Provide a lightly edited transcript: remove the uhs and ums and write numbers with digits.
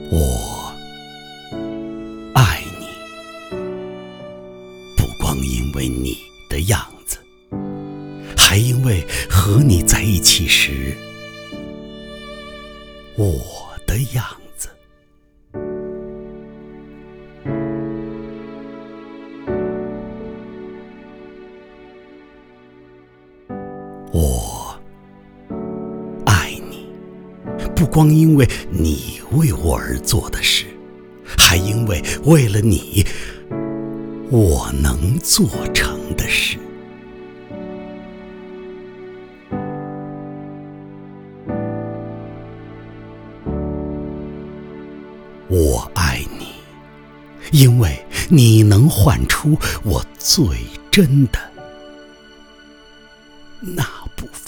我爱你，不光因为你的样子，还因为和你在一起时我的样子。我爱你，不光因为你为我而做的事，还因为为了你我能做成的事。我爱你，因为你能唤出我最真的那部分。